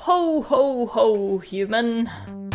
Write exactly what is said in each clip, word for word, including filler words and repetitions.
Ho, ho, ho, human.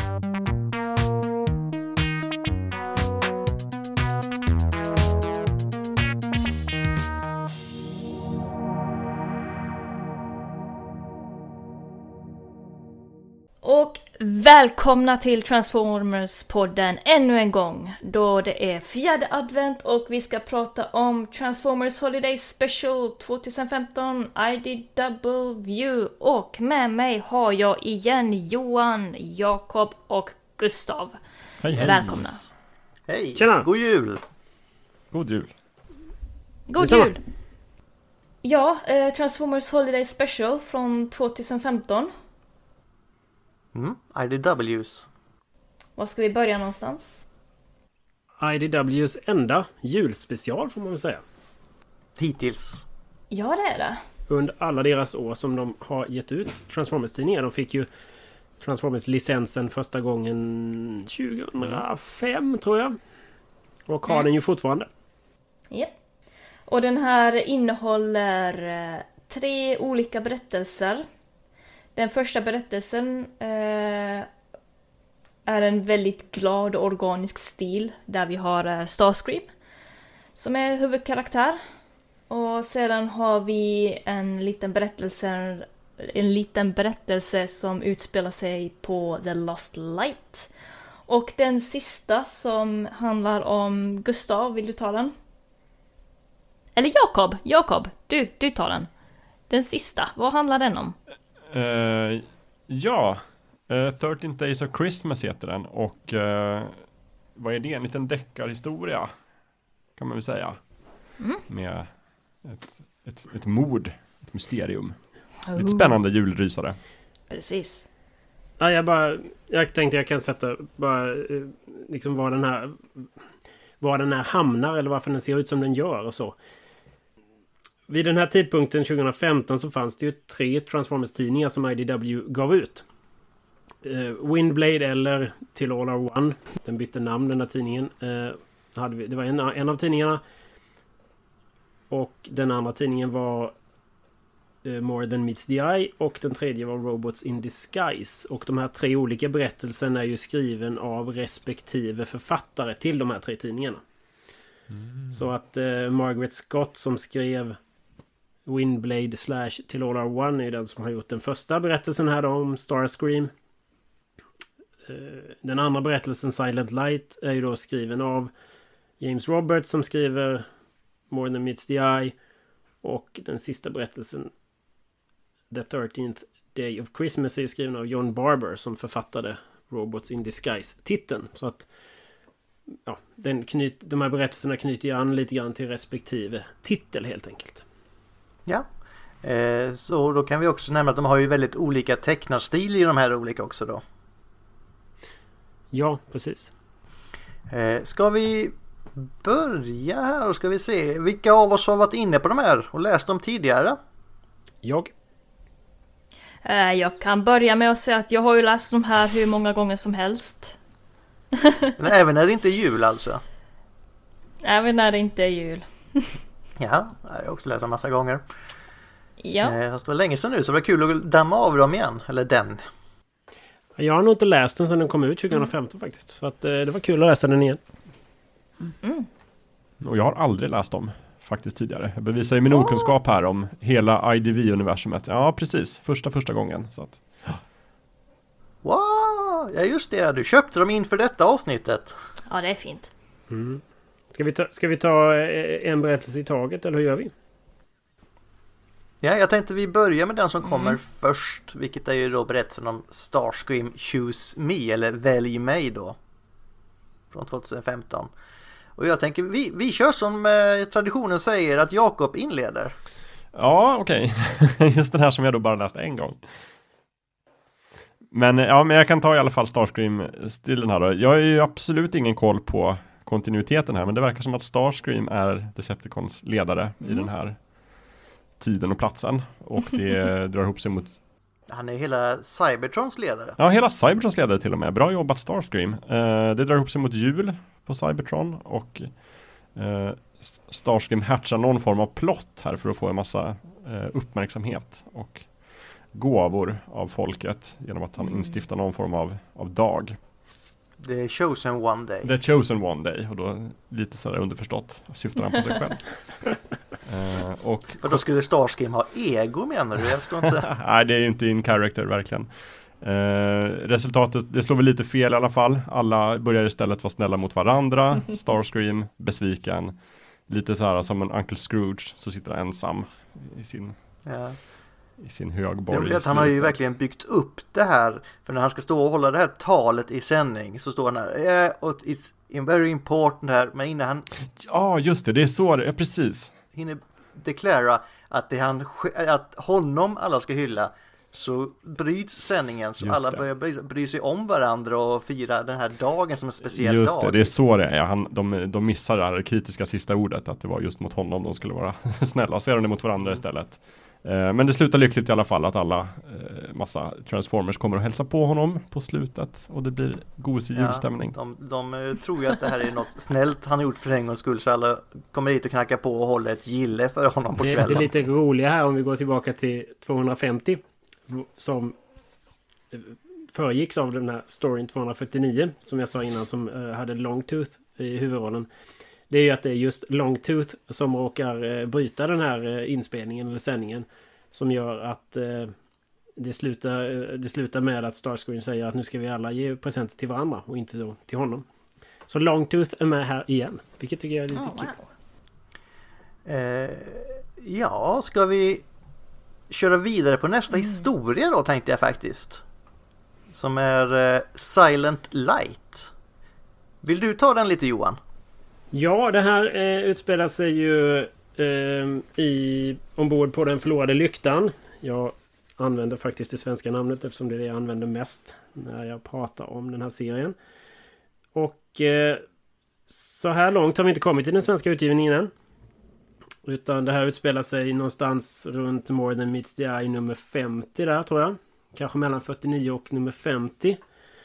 Och välkomna till Transformers-podden ännu en gång, då det är fjärde advent och vi ska prata om Transformers Holiday Special tjugohundrafemton I D W. Och med mig har jag igen Johan, Jakob och Gustav. Hej, hej. Välkomna. Hej, Tjena. God jul. God jul. God Detsamma. jul. Ja, eh, Transformers Holiday Special från tjugohundrafemton. Mm, I D Ws. Var ska vi börja någonstans? I D Ws enda julspecial får man väl säga. Hittills. Ja, det är det. Under alla deras år som de har gett ut Transformers-tidningar. De fick ju Transformers-licensen första gången tjugohundrafem tror jag. Och har Mm. den ju fortfarande. Ja. Och den här innehåller eh, tre olika berättelser. Den första berättelsen eh, är en väldigt glad och organisk stil där vi har eh, Starscream som är huvudkaraktär. Och sedan har vi en liten berättelse, en liten berättelse som utspelar sig på The Lost Light. Och den sista som handlar om Gustav, vill du ta den? Eller Jakob, Jakob, du, du tar den. Den sista, vad handlar den om? Uh, ja, uh, thirteen Days of Christmas heter den. Och uh, vad är det? En liten deckarhistoria kan man väl säga. Mm. Med ett, ett, ett mord, ett mysterium. Oh. Lite spännande julrysare. Precis. Ja, jag bara... Jag tänkte jag kan sätta bara eh, liksom var den här... Var den här hamnar eller varför den ser ut som den gör och så. Vid den här tidpunkten tjugohundrafemton så fanns det ju tre Transformers-tidningar som I D W gav ut. Eh, Windblade eller Till All Are One. Den bytte namn den här tidningen. Eh, hade vi, det var en, en av tidningarna. Och den andra tidningen var eh, More Than Meets the Eye. Och den tredje var Robots in Disguise. Och de här tre olika berättelserna är ju skriven av respektive författare till de här tre tidningarna. Mm. Så att eh, Margaret Scott som skrev Windblade slash Till All Are One är den som har gjort den första berättelsen här då, om Starscream. Eh, den andra berättelsen Silent Light är ju då skriven av James Roberts som skriver More Than Meets the Eye. Och den sista berättelsen The thirteenth Day of Christmas är ju skriven av John Barber som författade Robots in Disguise-titeln. Så att ja, den knyt, de här berättelserna knyter ju an lite grann till respektive titel helt enkelt. Ja, eh, så då kan vi också nämna att de har ju väldigt olika tecknarstil i de här olika också då. Ja, precis. Eh, ska vi börja här och ska vi se vilka av oss har varit inne på de här och läst dem tidigare? Jag. Eh, jag kan börja med att säga att jag har ju läst de här hur många gånger som helst. Men även när det inte är jul alltså? Även när det inte är jul. Ja, jag har också läst dem massa gånger. Ja. Eh, fast det var länge sedan nu så det var kul att damma av dem igen. Eller den. Jag har nog inte läst den sedan den kom ut tjugohundrafemton mm. faktiskt. Så att, eh, det var kul att läsa den igen. Mm. Och jag har aldrig läst dem faktiskt tidigare. Jag bevisar ju min oh. okunskap här om hela I D V-universumet. Ja, precis. Första första gången. Så att, ja. Wow! Ja just det, du köpte dem inför detta avsnittet. Ja, det är fint. Mm. Ska vi ta, ska vi ta en berättelse i taget eller hur gör vi? Ja, jag tänkte vi börjar med den som mm. kommer först. Vilket är ju då berättelsen om Starscream Choose Me eller Välj mig då. Från tjugohundrafemton. Och jag tänker, vi, vi kör som eh, traditionen säger att Jakob inleder. Ja, okej. Okay. Just den här som jag då bara läst en gång. Men ja, men jag kan ta i alla fall Starscream-stilen här då. Jag har ju absolut ingen koll på kontinuiteten här, men det verkar som att Starscream är Decepticons ledare mm. i den här tiden och platsen. Och det drar ihop sig mot... Han är hela Cybertrons ledare. Ja, hela Cybertrons ledare till och med. Bra jobbat Starscream. Eh, det drar ihop sig mot jul på Cybertron och eh, Starscream hatchar någon form av plott här för att få en massa eh, uppmärksamhet. Och gåvor av folket genom att han Mm. instiftar någon form av, av dag. The chosen one day. The chosen one day, och då lite sådär underförstått syftar han på sig själv. eh, och För då skulle Starscream ha ego, menar du? Jag förstår inte. Nej, det är ju inte in character verkligen. Eh, resultatet, det slår väl lite fel i alla fall. Alla börjar istället vara snälla mot varandra. Starscream, besviken. Lite så här som en Uncle Scrooge, så sitter han ensam i sin, Ja. i sin Det högborg. roliga är i att han har ju slutet. verkligen byggt upp det här. För när han ska stå och hålla det här talet i sändning så står han här, yeah, it's very important här. Men innan han Ja, just det, det är så det är, precis. hinner deklara att det är han, att honom alla ska hylla, så bryts sändningen, så Just alla det. börjar bry, bry sig om varandra och fira den här dagen som en speciell Just dag. det, det är så det är. Ja, han, de, de missar det här kritiska sista ordet, att det var just mot honom de skulle vara snälla, så är de det mot varandra istället. Eh, men det slutar lyckligt i alla fall, att alla eh, massa Transformers kommer att hälsa på honom på slutet, och det blir gosig julstämning. Ja, de, de eh, tror ju att det här är något snällt han har gjort för en gångs skull, så alla kommer hit och knackar på och håller ett gille för honom på Det, det kvällen. är lite roliga här om vi går tillbaka till tvåhundrafemtio som eh, föregicks av den här storyn tvåhundrafyrtionio som jag sa innan, som eh, hade Longtooth i huvudrollen. Det är ju att det är just Longtooth som råkar eh, bryta den här eh, inspelningen eller sändningen, som gör att eh, det, slutar, eh, det slutar med att Starscream säger att nu ska vi alla ge presenter till varandra och inte då till honom. Så Longtooth är med här igen, vilket tycker jag är lite Oh, kul. wow. Eh, ja, ska vi köra vidare på nästa Mm. historia då, tänkte jag faktiskt. Som är eh, Silent Light. Vill du ta den lite, Johan? Ja, det här eh, utspelar sig ju eh, i, ombord på den förlorade lyktan. Jag använder faktiskt det svenska namnet eftersom det är det jag använder mest när jag pratar om den här serien. Och eh, så här långt har vi inte kommit till den svenska utgivningen än. Utan det här utspelar sig någonstans runt More Than Meets the Eye nummer femtio där, tror jag. Kanske mellan fyrtionio och nummer femtio.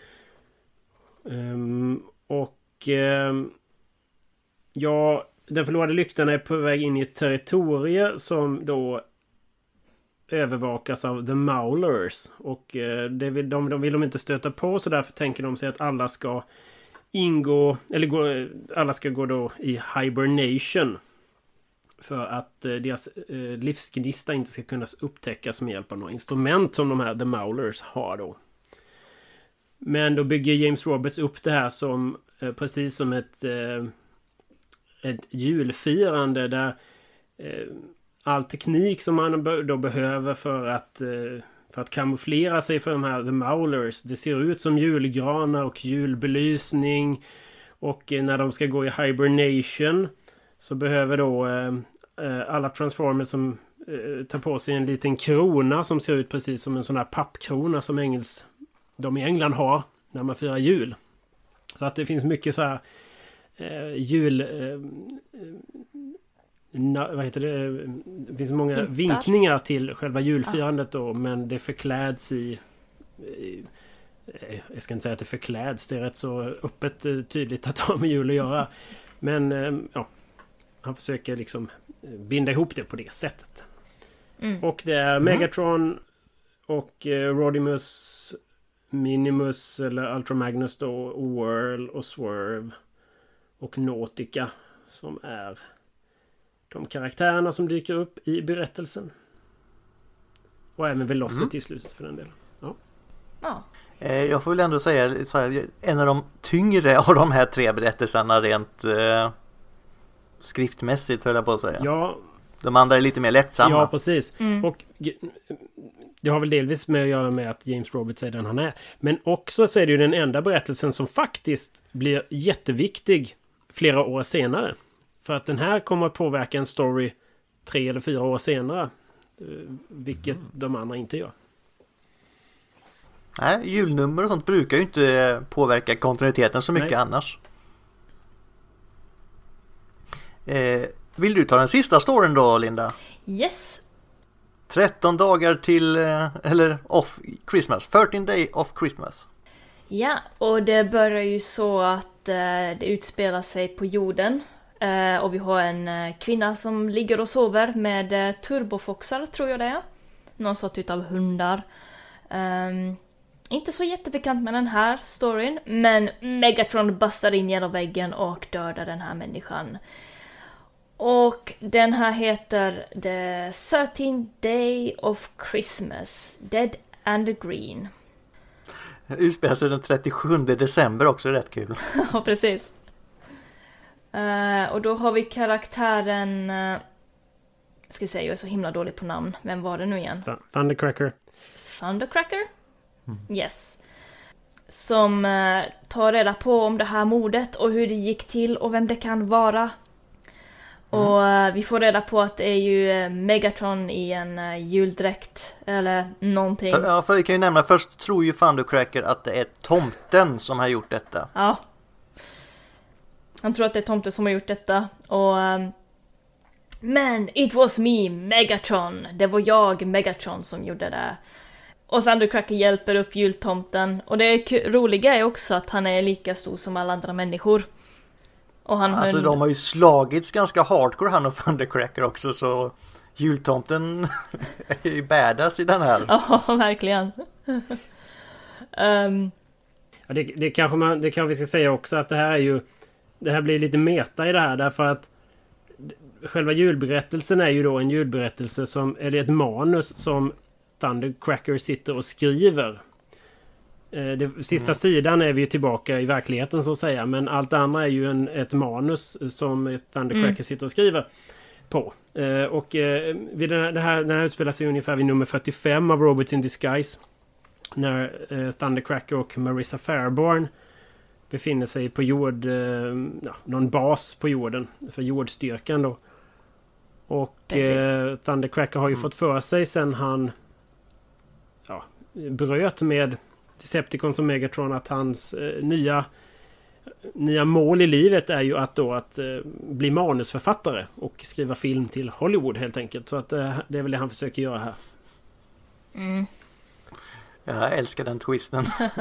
Um, och um, ja, den förlorade lyktan är på väg in i ett territorium som då övervakas av The Maulers. Och uh, det vill, de, de vill de inte stöta på, så därför tänker de sig att alla ska ingå, eller gå, alla ska gå då i hibernation. För att eh, deras eh, livsgnista inte ska kunna upptäckas med hjälp av några instrument som de här The Maulers har då. Men då bygger James Roberts upp det här som eh, precis som ett, eh, ett julfirande där eh, all teknik som man då behöver för att, eh, för att kamouflera sig för de här The Maulers. Det ser ut som julgranar och julbelysning. Och eh, när de ska gå i hibernation så behöver då eh, alla Transformers som eh, tar på sig en liten krona som ser ut precis som en sån här pappkrona som Engels, de i England har när man firar jul. Så att det finns mycket så här eh, jul... Eh, na, vad heter det? Det finns många Hintar. vinkningar till själva julfirandet då, men det förkläds i... i jag ska inte säga att det förkläds, det är rätt så öppet tydligt att det har med jul att göra. Men eh, ja, han försöker liksom binda ihop det på det sättet. Mm. Och det är Megatron och eh, Rodimus, Minimus eller Ultramagnus då, och Whirl och Swerve och Nautica som är de karaktärerna som dyker upp i berättelsen. Och även Velocity Mm. i slutet för den delen. Ja. Ja. Eh, jag får väl ändå säga så här, en av de tyngre av de här tre berättelserna rent eh, skriftmässigt, höll jag på att säga. Ja, De andra är lite mer lättsamma. ja, precis. Mm. Och g- det har väl delvis med att göra med att James Roberts är den han är. Men också så är det ju den enda berättelsen som faktiskt blir jätteviktig flera år senare. För att den här kommer att påverka en story tre eller fyra år senare. eh, Vilket de andra inte gör. Nej, julnummer och sånt brukar ju inte påverka kontinuiteten så mycket Nej. annars. Eh, vill du ta den sista storyn då, Linda? Yes. tretton dagar till, eh, eller off Christmas. tretton day off Christmas. Ja, och det börjar ju så att eh, det utspelar sig på jorden. Eh, och vi har en eh, kvinna som ligger och sover med eh, turbofoxar, tror jag det är. någon sort utav hundar. Um, inte så jättebekant med den här storyn, men Megatron bustar in genom väggen och dödar den här människan. Och den här heter The thirteenth Day of Christmas, Dead and the Green. Den utspelar sig den trettiosjunde december också, rätt kul. Ja, precis. Uh, och då har vi karaktären... Uh, ska vi säga, jag är så himla dålig på namn. Vem var det nu igen? Thundercracker. Thundercracker? Mm. Yes. Som uh, tar reda på om det här mordet och hur det gick till och vem det kan vara. Mm. Och uh, vi får reda på att det är ju uh, Megatron i en uh, juldräkt eller någonting. För, ja, för vi kan ju nämna, först tror ju Thundercracker att det är tomten som har gjort detta. Ja. Han tror att det är tomten som har gjort detta. Och... Um, men it was me, Megatron. Det var jag, Megatron, som gjorde det. Och Thundercracker hjälper upp jultomten. Och det är roliga är också att han är lika stor som alla andra människor. Och han alltså hund... de har ju slagits ganska hardcore, han och Thundercracker också. Så jultomten är ju badass i den här. Ja, verkligen. um... ja, det, det, kanske man, det kanske vi ska säga också att det här är ju... Det här blir lite meta i det här därför att själva julberättelsen är ju då en julberättelse som, eller ett manus som Thundercracker sitter och skriver. Det, sista mm. sidan är vi ju tillbaka i verkligheten så att säga, men allt andra är ju en, ett manus som Thundercracker mm. sitter och skriver på. Och vid den, här, det här, den här utspelar sig ungefär vid nummer fyrtiofem av Robots in Disguise när Thundercracker och Marissa Fairborn befinner sig på jord, ja, någon bas på jorden för jordstyrkan då. Och eh, Thundercracker har ju mm. fått för sig sen han ja, bröt med Decepticons och Megatron att hans eh, nya nya mål i livet är ju att då att eh, bli manusförfattare och skriva film till Hollywood helt enkelt. Så att eh, det är väl det han försöker göra här. Mm. Jag älskar den twisten.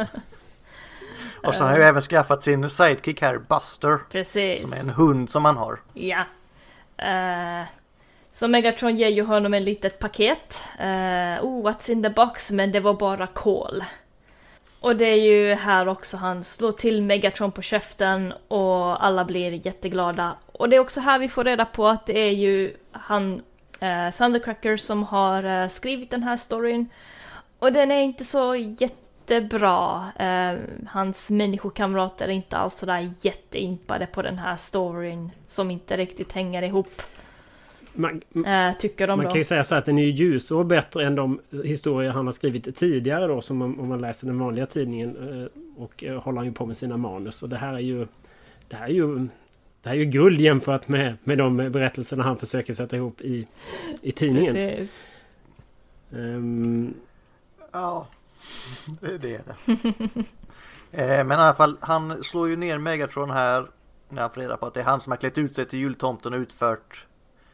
Och så har han ju även skaffat sin sidekick här, Buster. Precis. Som är en hund som han har. Ja. Uh, så Megatron ger ju honom en litet paket. Uh, oh, what's in the box? Men det var bara kol. Och det är ju här också han slår till Megatron på käften och alla blir jätteglada. Och det är också här vi får reda på att det är ju han, uh, Thundercracker, som har uh, skrivit den här storyn. Och den är inte så jätte Jättebra. Uh, hans människokamrater är inte alls sådär jätteimpade på den här storyn som inte riktigt hänger ihop. Man, uh, tycker de man då. kan ju säga så att den är ljus och bättre än de historier han har skrivit tidigare då, som om, om man läser den vanliga tidningen uh, och uh, håller han ju på med sina manus. Och det här är ju det här är ju det här är ju guld jämfört med, med de berättelserna han försöker sätta ihop i, i tidningen. Precis. Um, ja. Det, det är det. eh, men i alla fall, han slår ju ner Megatron här när han får reda på att det är han som har klätt ut sig till jultomten och utfört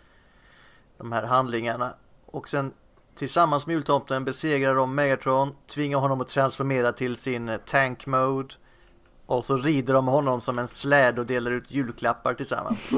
de här handlingarna. Och sen tillsammans med jultomten besegrar de Megatron, tvingar honom att transformera till sin tank mode. Och så rider de honom som en släd och delar ut julklappar tillsammans.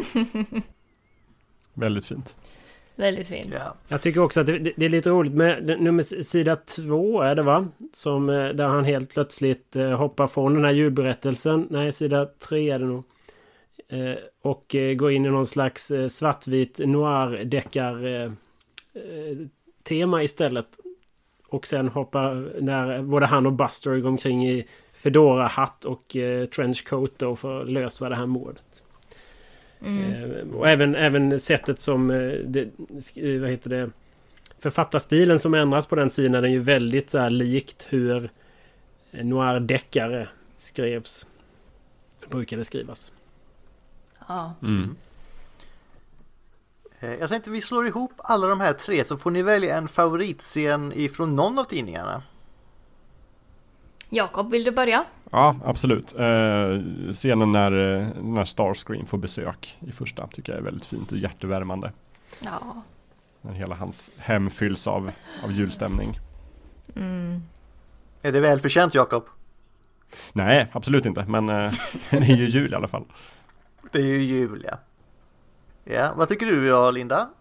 Väldigt fint. Väldigt fint. Yeah. Jag tycker också att det, det är lite roligt med nummer sida två är det va? Som, där han helt plötsligt eh, hoppar från den här julberättelsen. Nej, sida tre är det nog. Eh, och eh, går in i någon slags eh, svartvit noir-deckar eh, eh, tema istället. Och sen hoppar när både han och Buster går omkring i Fedora-hatt och eh, trenchcoat då för att lösa det här mordet. Mm. Och även, även sättet som det, vad heter det, författarstilen som ändras på den sidan är ju väldigt så här likt hur noir-deckare skrevs, brukade skrivas. Ja. Mm. Jag tänkte vi slår ihop alla de här tre så får ni välja en favoritscen ifrån någon av tidningarna. Jakob, vill du börja? Ja, absolut. Eh, scenen när, när Starscream får besök i första tycker jag är väldigt fint och hjärtevärmande. Ja. När hela hans hem fylls av, av julstämning. Mm. Är det väl förtjänt, Jakob? Nej, absolut inte. Men eh, det är ju jul i alla fall. Det är ju jul, ja. Ja, vad tycker du då, Linda?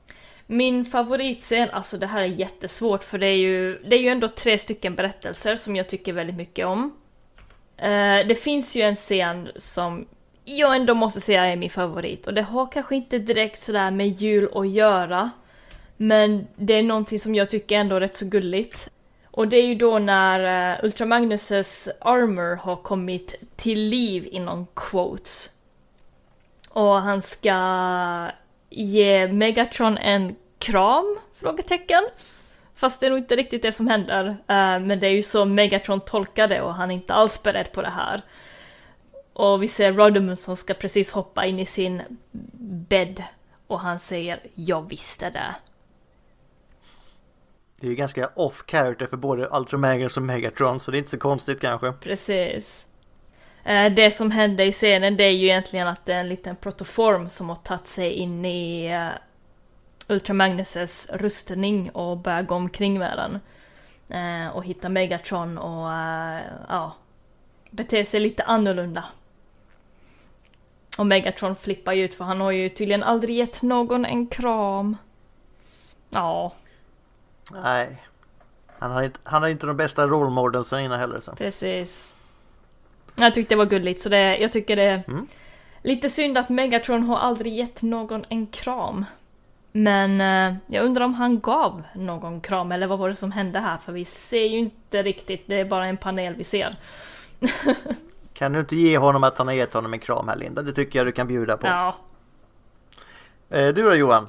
Min favoritscen, alltså det här är jättesvårt för det är ju, det är ju ändå tre stycken berättelser som jag tycker väldigt mycket om. Uh, det finns ju en scen som jag ändå måste säga är min favorit och det har kanske inte direkt sådär med jul att göra, men det är någonting som jag tycker ändå är rätt så gulligt. Och det är ju då när uh, Ultra Magnus' armor har kommit till liv inom quotes. Och han ska ge Megatron en kram? Frågetecken. Fast det är nog inte riktigt det som händer. Uh, men det är ju så Megatron tolkar det och han är inte alls beredd på det här. Och vi ser Rodimus som ska precis hoppa in i sin bädd. Och han säger, jag visste det. Det är ju ganska off-character för både Ultra Magnus och Megatron, så det är inte så konstigt kanske. Precis. Det som hände i scenen, det är ju egentligen att det är en liten protoform som har tagit sig in i Ultra Magnus' rustning och börjar gå omkring med den. Och hitta Megatron och ja, bete sig lite annorlunda. Och Megatron flippar ju ut för han har ju tydligen aldrig gett någon en kram. Ja. Nej. Han har inte, han har inte de bästa rollmodelsen innan heller. Så. Precis. Jag tyckte det var gulligt, så det, jag tycker det är mm. lite synd att Megatron har aldrig gett någon en kram. Men eh, jag undrar om han gav någon kram, eller vad var det som hände här? För vi ser ju inte riktigt, det är bara en panel vi ser. Kan du inte ge honom att han har gett honom en kram här, Linda? Det tycker jag du kan bjuda på. Ja. Eh, du då, Johan?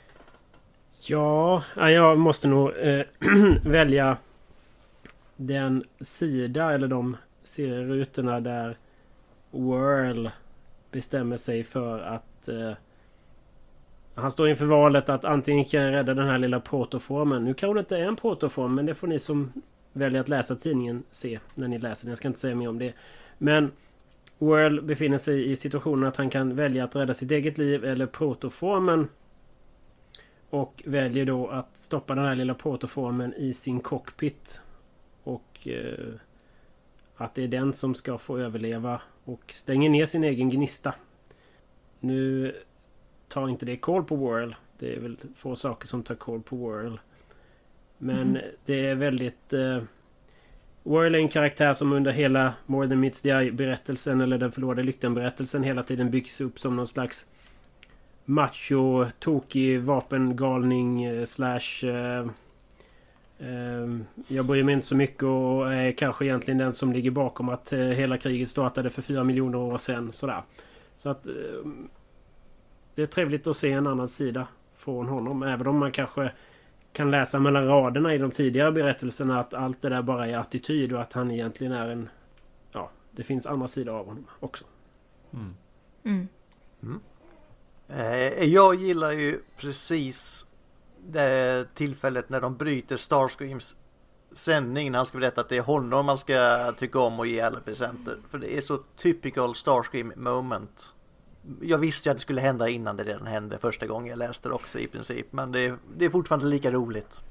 Ja, jag måste nog eh, välja den sida eller de serierutorna där Whirl bestämmer sig för att eh, han står inför valet att antingen kan jag rädda den här lilla protoformen. Nu kanske det inte är en protoform, men det får ni som väljer att läsa tidningen se när ni läser den. Jag ska inte säga mer om det. Men Whirl befinner sig i situationen att han kan välja att rädda sitt eget liv eller protoformen. Och väljer då att stoppa den här lilla protoformen i sin cockpit. Och eh, att det är den som ska få överleva. Och stänger ner sin egen gnista. Nu tar inte det koll på Whirl. Det är väl få saker som tar koll på Whirl. Men mm. det är väldigt... Eh, Whirl är en karaktär som under hela More Than Meets the Eye-berättelsen eller den förlorade lykten-berättelsen hela tiden byggs upp som någon slags macho, tokig, vapengalning eh, slash eh, eh, jag bryr mig inte så mycket och är kanske egentligen den som ligger bakom att eh, hela kriget startade för fyra miljoner år sedan. Sådär. Så att eh, det är trevligt att se en annan sida från honom, även om man kanske kan läsa mellan raderna i de tidigare berättelserna att allt det där bara är attityd och att han egentligen är en, ja, det finns andra sidor av honom också. Mm. Mm. Mm. Eh, jag gillar ju precis det tillfället när de bryter Starscreams sändning, när han ska berätta att det är honom man ska tycka om och ge alla presenter. För det är så typical Starscream moment. Jag visste ju att det skulle hända innan det redan hände första gången jag läste det också i princip. Men det, det är fortfarande lika roligt.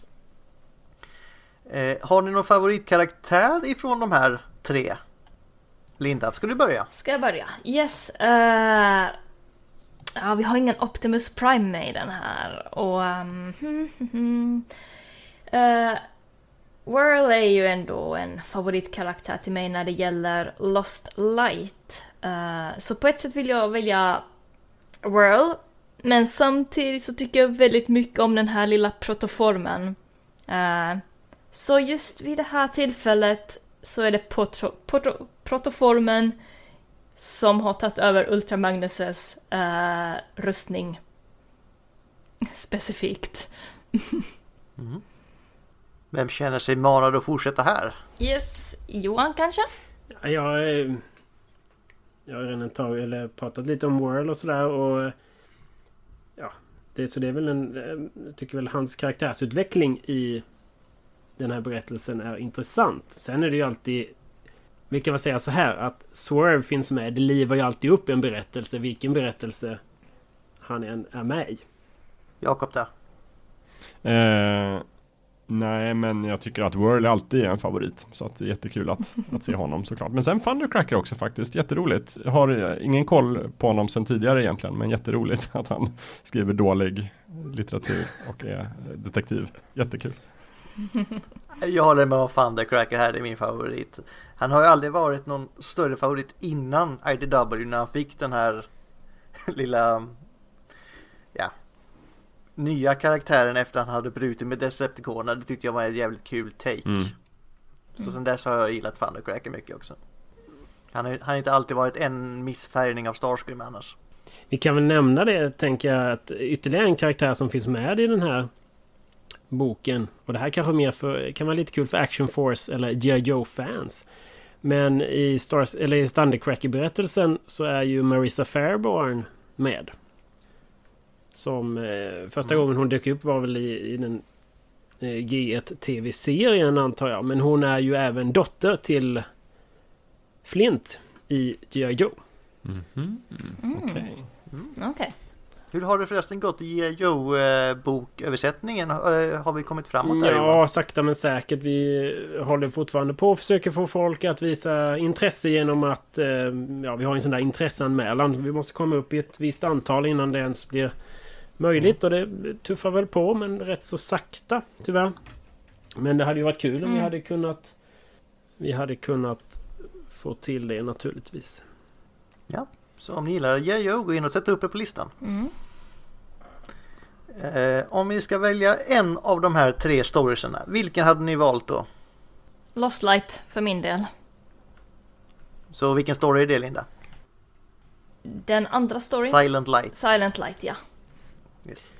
Eh, har ni någon favoritkaraktär ifrån de här tre? Linda, ska du börja? Ska jag börja? Yes. Uh, ja, vi har ingen Optimus Prime med i den här. Och... Um, hmm, hmm, hmm. Uh, Whirl är ju ändå en favoritkaraktär till mig när det gäller Lost Light. Uh, så på ett sätt vill jag välja Whirl. Men samtidigt så tycker jag väldigt mycket om den här lilla protoformen. Uh, så just vid det här tillfället så är det proto- proto- protoformen som har tagit över Ultra Magnus' uh, rustning. Specifikt. Mm. Vem känner sig manad att fortsätta här? Yes, Johan kanske? Ja, jag, jag har redan tagit, eller pratat lite om Whirl och sådär och ja, det, så det är väl en, jag tycker väl hans karaktärsutveckling i den här berättelsen är intressant. Sen är det ju alltid, vi kan väl säga så här, att Swerve finns med, det livar ju alltid upp en berättelse, vilken berättelse han än är med i. Jakob där. Eh, Nej, men jag tycker att Whirly alltid är en favorit. Så att det är jättekul att, att se honom såklart. Men sen Thundercracker också faktiskt, jätteroligt. Jag har ingen koll på honom sen tidigare egentligen, men jätteroligt att han skriver dålig litteratur och är detektiv. Jättekul. Jag håller med om Thundercracker här, det är min favorit. Han har ju aldrig varit någon större favorit innan I D W när han fick den här lilla ja, nya karaktären efter han hade brutit med Decepticorna. Det tyckte jag var en jävligt kul take. Mm. Så sen dess har jag gillat Thundercracker mycket också. Han har, han har inte alltid varit en missfärgning av Starscream annars. Vi kan väl nämna det, tänker jag, att ytterligare en karaktär som finns med i den här boken, och det här kanske mer för, kan vara lite kul för Action Force eller G I. Joe-fans. Men i, Stars, eller i Thundercracker-berättelsen så är ju Marissa Fairbairn med. Som eh, första mm. gången hon dök upp var väl i, i den eh, G ett-tv-serien antar jag. Men hon är ju även dotter till Flint i G I. Joe. Mm-hmm. Mm. Okej. Okay. Mm. Okay. Hur har det förresten gått i G I. Joe-boköversättningen? Har vi kommit framåt där? Ja, sakta men säkert. Vi håller fortfarande på och försöker få folk att visa intresse genom att ja, vi har en sån där intresseanmälan. Vi måste komma upp i ett visst antal innan det ens blir möjligt. Och det tuffar väl på, men rätt så sakta, tyvärr. Men det hade ju varit kul om mm. vi hade kunnat vi hade kunnat få till det naturligtvis. Ja. Så om ni gillar G I. Joe, gå in och sätta upp er på listan. Mm. Eh, om ni ska välja en av de här tre storiesarna, vilken hade ni valt då? Lost Light för min del. Så vilken story är det, Linda? Den andra storyn? Silent Light. Silent Light, ja. Yes.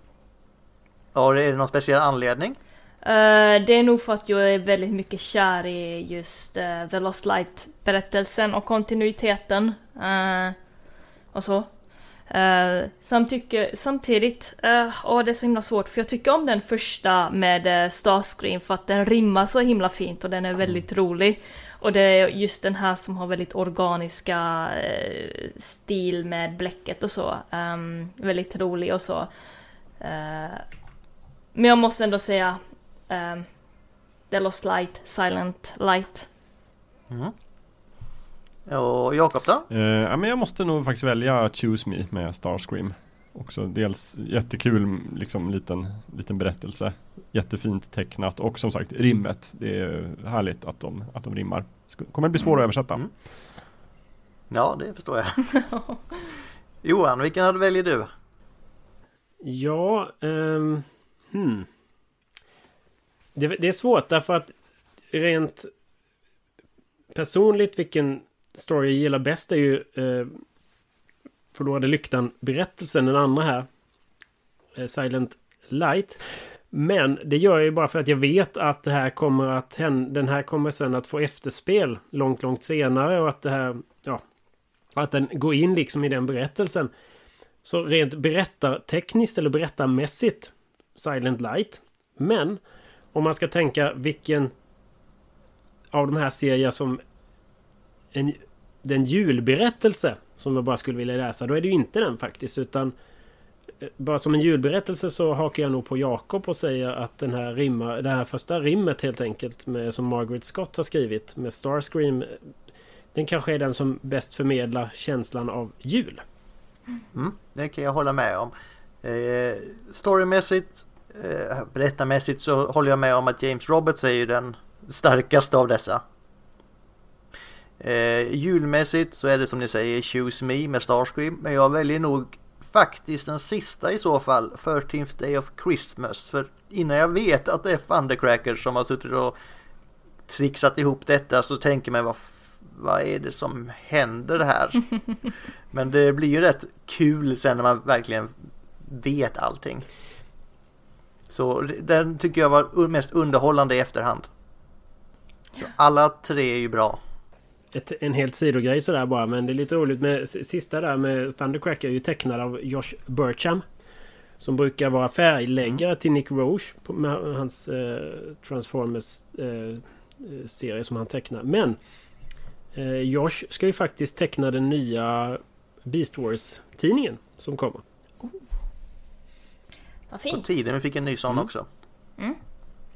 Och är det någon speciell anledning? Uh, det är nog för att jag är väldigt mycket kär i just uh, The Lost Light-berättelsen och kontinuiteten. Uh, och så. Uh, samt tycker, samtidigt, uh, oh, det är så himla svårt för jag tycker om den första med uh, Starscream för att den rimmar så himla fint och den är väldigt rolig. Och det är just den här som har väldigt organiska uh, stil med bläcket och så. Um, väldigt rolig och så. Uh, men jag måste ändå säga um, The Lost Light, Silent Light. Mm. Och Jakob då? Uh, ja, men jag måste nog faktiskt välja Choose Me med Starscream. Också dels jättekul liksom, liten, liten berättelse. Jättefint tecknat och som sagt rimmet. Det är härligt att de, att de rimmar. Kommer bli svårt att översätta. Mm. Ja, det förstår jag. Johan, vilken hade väljer du? Ja, um, hmm. det, det är svårt därför att rent personligt vilken story jag gillar bäst är ju eh, Förlorade lyktan-berättelsen, den andra här. Eh, Silent Light. Men det gör jag ju bara för att jag vet att det här kommer att hända, den här kommer sen att få efterspel långt, långt senare och att det här, ja, att den går in liksom i den berättelsen. Så rent berättartekniskt eller berättarmässigt Silent Light. Men om man ska tänka vilken av de här serier som en, den julberättelse som jag bara skulle vilja läsa, då är det ju inte den faktiskt, utan bara som en julberättelse så hakar jag nog på Jakob och säger att den här rimma, det här första rimmet helt enkelt med, som Margaret Scott har skrivit med Starscream, den kanske är den som bäst förmedlar känslan av jul. Mm, det kan jag hålla med om. Eh, storymässigt, eh, berättarmässigt så håller jag med om att James Roberts är ju den starkaste av dessa. Eh, julmässigt så är det som ni säger Choose Me med Starscream, men jag väljer nog faktiskt den sista i så fall, thirteenth Day of Christmas, för innan jag vet att det är Thundercracker som har suttit och trixat ihop detta så tänker man vad, vad är det som händer här? Men det blir ju rätt kul sen när man verkligen vet allting. Så den tycker jag var mest underhållande i efterhand. Så alla tre är ju bra. Ett, en helt sidogrej sådär bara, men det är lite roligt med sista där med Thundercracker är ju tecknad av Josh Burcham som brukar vara färgläggare mm. till Nick Roche på, med hans eh, Transformers eh, serie som han tecknar. Men eh, Josh ska ju faktiskt teckna den nya Beast Wars-tidningen som kommer. Oh. Vad fint. På tiden vi fick en ny sån mm. också. Mm.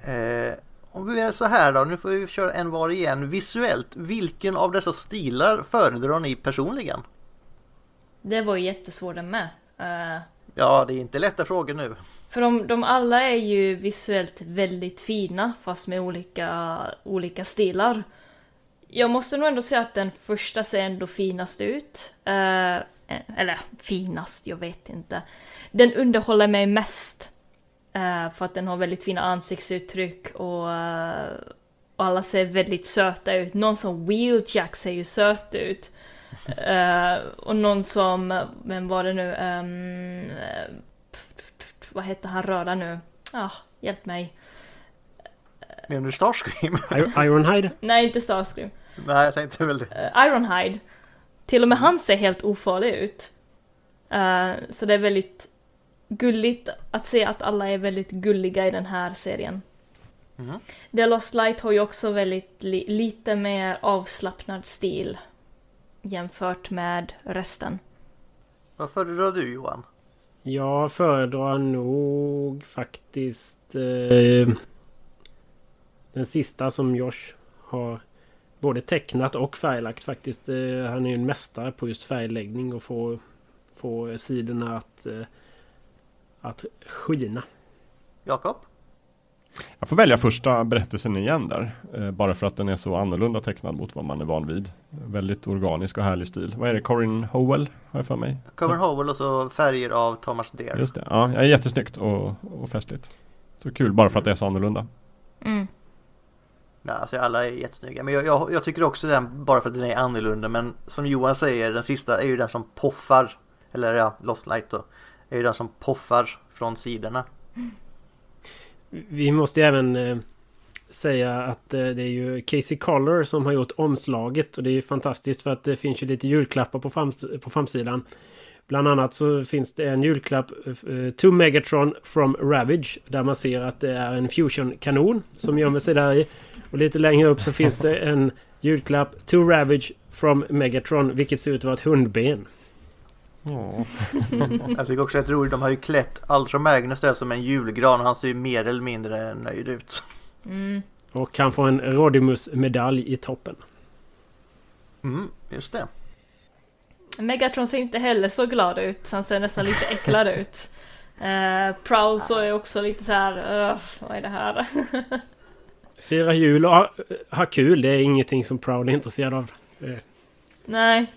Eh, om vi är så här då, nu får vi köra en var igen. Visuellt, vilken av dessa stilar föredrar ni personligen? Det var ju jättesvårt med. Uh, ja, det är inte lätta frågor nu. För de, de alla är ju visuellt väldigt fina, fast med olika, olika stilar. Jag måste nog ändå säga att den första ser ändå finast ut. Uh, eller finast, jag vet inte. Den underhåller mig mest. Uh, för att den har väldigt fina ansiktsuttryck och, uh, och alla ser väldigt söta ut. Någon som Wheeljack ser ju söt ut. Uh, och någon som, vem var det nu? Um, uh, vad heter han röda nu? Ah, hjälp mig. Menar du Starscream? Ironhide? Nej, inte Starscream. Nej, jag tänkte väl det. Uh, Ironhide. Till och med han ser helt ofarlig ut. Uh, så det är väldigt gulligt att se att alla är väldigt gulliga i den här serien. Mm. The Lost Light har ju också väldigt li- lite mer avslappnad stil jämfört med resten. Vad föredrar du, Johan? Jag föredrar nog faktiskt eh, den sista som Josh har både tecknat och färglagt faktiskt. Eh, han är ju en mästare på just färgläggning och få, få sidorna att, eh, att skina. Jakob? Jag får välja första berättelsen igen där. Eh, bara för att den är så annorlunda tecknad mot vad man är van vid. Väldigt organisk och härlig stil. Vad är det? Corin Howell har jag för mig. Corin Howell och så färger av Thomas Dare. Just det. Ja, det är jättesnyggt och, och festligt. Så kul bara för att det är så annorlunda. Mm. Ja, alltså alla är jättesnygga. Men jag, jag, jag tycker också den, bara för att den är annorlunda. Men som Johan säger, den sista är ju den som poffar. Eller ja, Lost Light då. Är ju den som poffar från sidorna. Vi måste även eh, säga att eh, det är ju Casey Collar som har gjort omslaget. Och det är ju fantastiskt för att det finns ju lite julklappar på, frams- på framsidan. Bland annat så finns det en julklapp eh, To Megatron from Ravage. Där man ser att det är en fusion-kanon som gömmer sig där i. Och lite längre upp så finns det en julklapp To Ravage from Megatron. Vilket ser ut att vara ett hundben. Oh. Jag tycker också att det är roligt. De har ju klätt Ultra Magnus där som en julgran. Och han ser ju mer eller mindre nöjd ut. Mm. Och kan få en Rodimus-medalj i toppen. Mm, just det. Megatron ser inte heller så glad ut. Så han ser nästan lite äcklad ut. Uh, Prowl så är också lite så här. Uh, vad är det här? Fira jul och ha, ha kul. Det är ingenting som Prowl är intresserad av. Uh. Nej.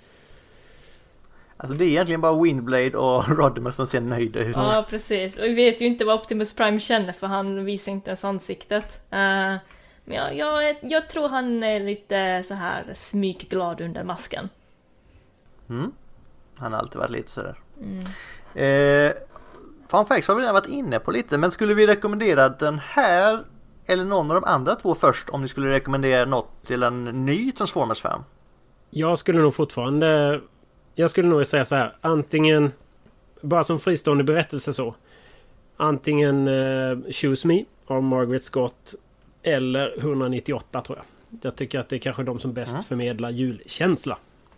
Alltså det är egentligen bara Windblade och Rodimus som ser nöjda ut. Ja, precis. Och vi vet ju inte vad Optimus Prime känner för han visar inte ens ansiktet. Uh, men jag, jag, jag tror han är lite så här smygglad under masken. Mm. Han har alltid varit lite sådär. Mm. Eh, Fun facts har vi redan varit inne på lite. Men skulle vi rekommendera den här eller någon av de andra två först om ni skulle rekommendera något till en ny Transformers-fan? Jag skulle nog fortfarande... Jag skulle nog säga så här. Antingen... Bara som fristående berättelse så. Antingen uh, Choose Me av Margaret Scott. Eller etthundranittioåtta tror jag. Jag tycker att det är kanske de som bäst mm. förmedlar julkänsla.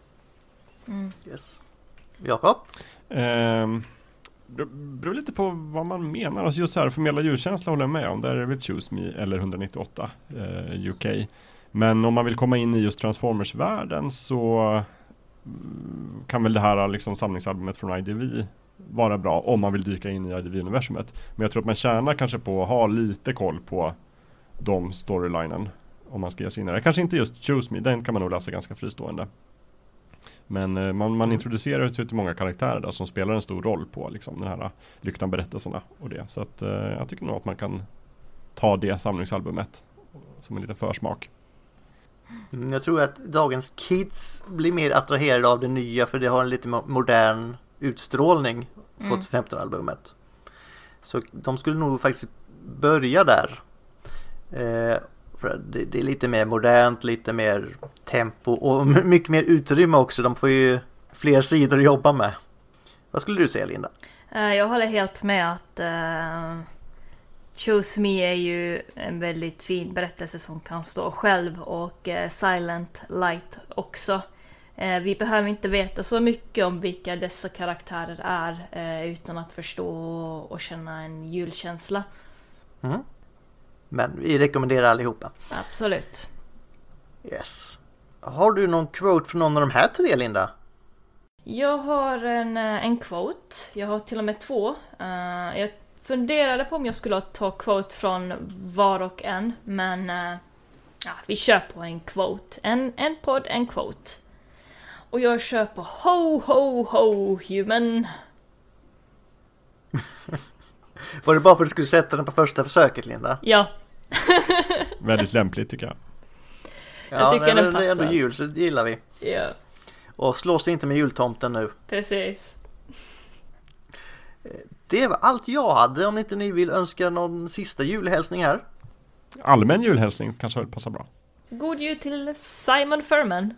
Mm. Yes. Jakob? Um, det beror lite på vad man menar. Alltså just så här, förmedla julkänsla håller jag med om. Där är det Choose Me eller etthundranittioåtta uh, U K. Men om man vill komma in i just Transformers-världen så kan väl det här liksom samlingsalbumet från I D V vara bra om man vill dyka in i I D V-universumet. Men jag tror att man tjänar kanske på att ha lite koll på de storylinen om man ska ge sig in i det. Kanske inte just Choose Me, den kan man nog läsa ganska fristående. Men eh, man, man introducerar ju till många karaktärer där som spelar en stor roll på liksom, den här lyktan-berättelserna och det. Så att, eh, jag tycker nog att man kan ta det samlingsalbumet som en liten försmak. Mm, jag tror att dagens kids blir mer attraherade av det nya för det har en lite modern utstrålning, tjugohundrafemton-albumet. Så de skulle nog faktiskt börja där. Eh, för det, det är lite mer modernt, lite mer tempo och mycket mer utrymme också. De får ju fler sidor att jobba med. Vad skulle du säga, Linda? Jag håller helt med att uh, Choose Me är ju en väldigt fin berättelse som kan stå själv och uh, Silent Light också. Uh, vi behöver inte veta så mycket om vilka dessa karaktärer är uh, utan att förstå och, och känna en julkänsla. Mm. Men vi rekommenderar allihopa. Absolut. Yes. Har du någon quote från någon av de här tre, Linda? Jag har en, en quote. Jag har till och med två. Uh, jag funderade på om jag skulle ta quote från var och en. Men uh, ja, vi kör på en quote. En, en podd, en quote. Och jag kör på Ho, ho, ho, human. Var det bara för att du skulle sätta den på första försöket, Linda? Ja. Väldigt lämpligt tycker jag. Jag Ja, tycker det, den det är ändå passar. jul, så det gillar vi. Ja, Och slås inte med jultomten nu. precis. Det var allt jag hade, om inte ni vill önska någon sista julhälsning här. Allmän julhälsning kanske passar bra. God jul till Simon Furman.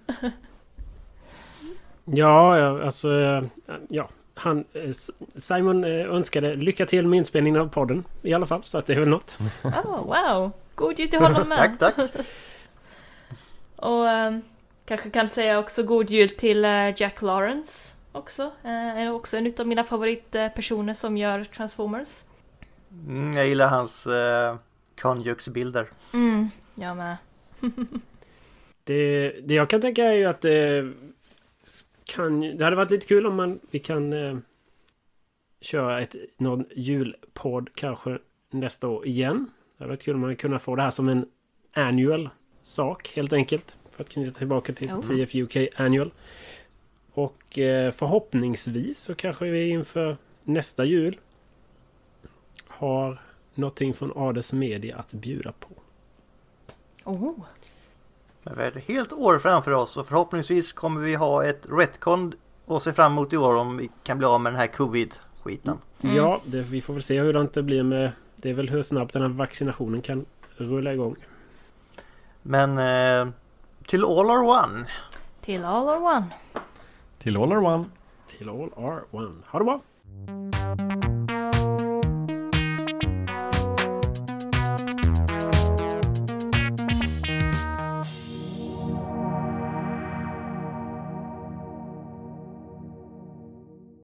Ja, ja, alltså... eh, Ja, han, eh, Simon eh, önskade lycka till med inspelningen av podden i alla fall, så att det är väl något. Oh, wow. God jul till honom med. Tack, tack. Och um, kanske kan säga också god jul till uh, Jack Lawrence också. Uh, är också en av mina favoritpersoner som gör Transformers. Mm, jag gillar hans uh, konjuksbilder. Mm, jag med. Det, det jag kan tänka är ju att det kan, det hade varit lite kul om man vi kan eh, köra ett, någon julpodd kanske nästa år igen. Det hade varit kul om man kunde få det här som en annual sak helt enkelt. För att knyta tillbaka till Oh. T F U K Annual. Och eh, förhoppningsvis så kanske vi inför nästa jul har någonting från Ades Media att bjuda på. Oh. Men vi har ett helt år framför oss och förhoppningsvis kommer vi ha ett retcon att se fram emot i år om vi kan bli av med den här covid-skiten. Mm. Ja, det, vi får väl se hur det blir med... Det är väl hur snabbt den här vaccinationen kan rulla igång. Men eh, till all are one. Till all or one. Till all or one. Till all are one. Ha det bra!